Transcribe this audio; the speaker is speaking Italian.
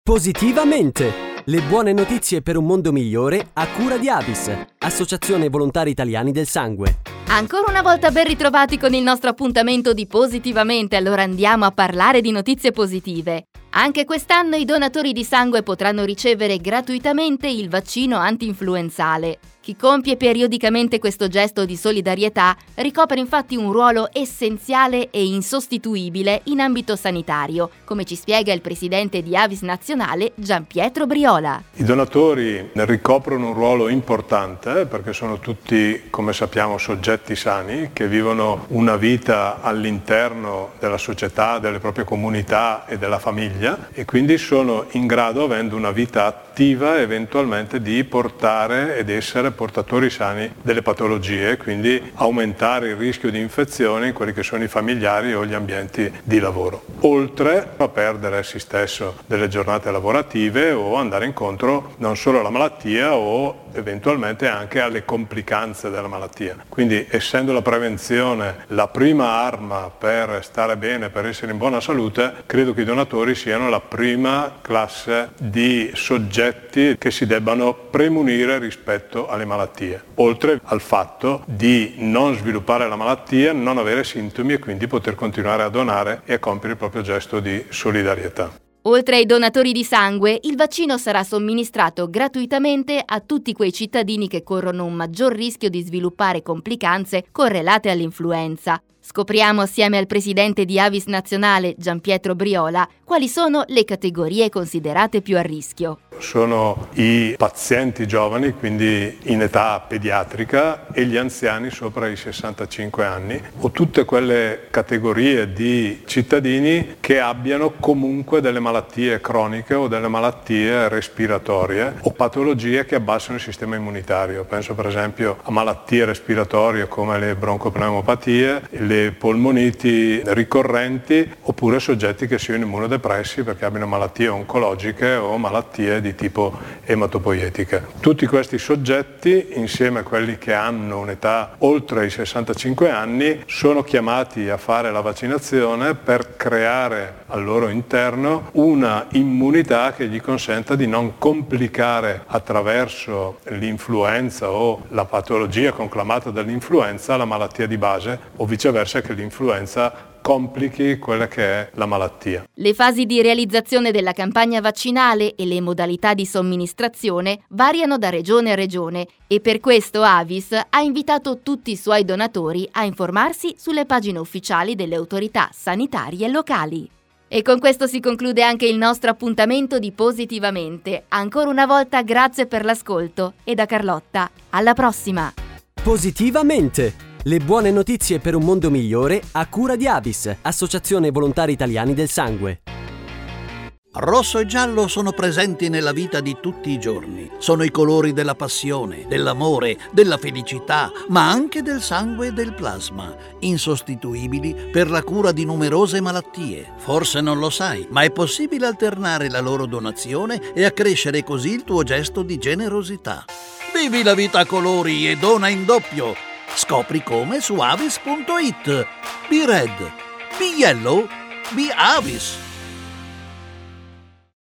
Positivamente! Le buone notizie per un mondo migliore a cura di Avis, Associazione Volontari Italiani del Sangue. Ancora una volta ben ritrovati con il nostro appuntamento di Positivamente, allora andiamo a parlare di notizie positive. Anche quest'anno i donatori di sangue potranno ricevere gratuitamente il vaccino anti-influenzale. Chi compie periodicamente questo gesto di solidarietà ricopre infatti un ruolo essenziale e insostituibile in ambito sanitario, come ci spiega il presidente di Avis Nazionale Gianpietro Briola. I donatori ricoprono un ruolo importante perché sono tutti, come sappiamo, soggetti sani che vivono una vita all'interno della società, delle proprie comunità e della famiglia e quindi sono in grado, avendo una vita attiva, eventualmente di portare ed essere portatori sani delle patologie, quindi aumentare il rischio di infezione in quelli che sono i familiari o gli ambienti di lavoro, oltre a perdere essi stesso delle giornate lavorative o andare incontro non solo alla malattia o eventualmente anche alle complicanze della malattia. Quindi, essendo la prevenzione la prima arma per stare bene, per essere in buona salute, credo che i donatori siano la prima classe di soggetti che si debbano premunire rispetto alle malattie, oltre al fatto di non sviluppare la malattia, non avere sintomi e quindi poter continuare a donare e a compiere il proprio gesto di solidarietà. Oltre ai donatori di sangue, il vaccino sarà somministrato gratuitamente a tutti quei cittadini che corrono un maggior rischio di sviluppare complicanze correlate all'influenza. Scopriamo assieme al presidente di Avis Nazionale, Gianpietro Briola, quali sono le categorie considerate più a rischio. Sono i pazienti giovani, quindi in età pediatrica, e gli anziani sopra i 65 anni, o tutte quelle categorie di cittadini che abbiano comunque delle malattie croniche o delle malattie respiratorie o patologie che abbassano il sistema immunitario. Penso per esempio a malattie respiratorie come le broncopneumopatie, le polmoniti ricorrenti, oppure soggetti che siano immunodepressi perché abbiano malattie oncologiche o malattie di tipo ematopoietica. Tutti questi soggetti, insieme a quelli che hanno un'età oltre i 65 anni, sono chiamati a fare la vaccinazione per creare al loro interno una immunità che gli consenta di non complicare attraverso l'influenza o la patologia conclamata dall'influenza la malattia di base, o viceversa che l'influenza complichi quella che è la malattia. Le fasi di realizzazione della campagna vaccinale e le modalità di somministrazione variano da regione a regione e per questo Avis ha invitato tutti i suoi donatori a informarsi sulle pagine ufficiali delle autorità sanitarie locali. E con questo si conclude anche il nostro appuntamento di Positivamente. Ancora una volta grazie per l'ascolto e da Carlotta, alla prossima! Positivamente! Le buone notizie per un mondo migliore a cura di Avis, Associazione Volontari Italiani del Sangue. Rosso e giallo sono presenti nella vita di tutti i giorni. Sono i colori della passione, dell'amore, della felicità, ma anche del sangue e del plasma, insostituibili per la cura di numerose malattie. Forse non lo sai, ma è possibile alternare la loro donazione e accrescere così il tuo gesto di generosità. Vivi la vita a colori e dona in doppio. Scopri come su avis.it. Be red, be yellow, be Avis.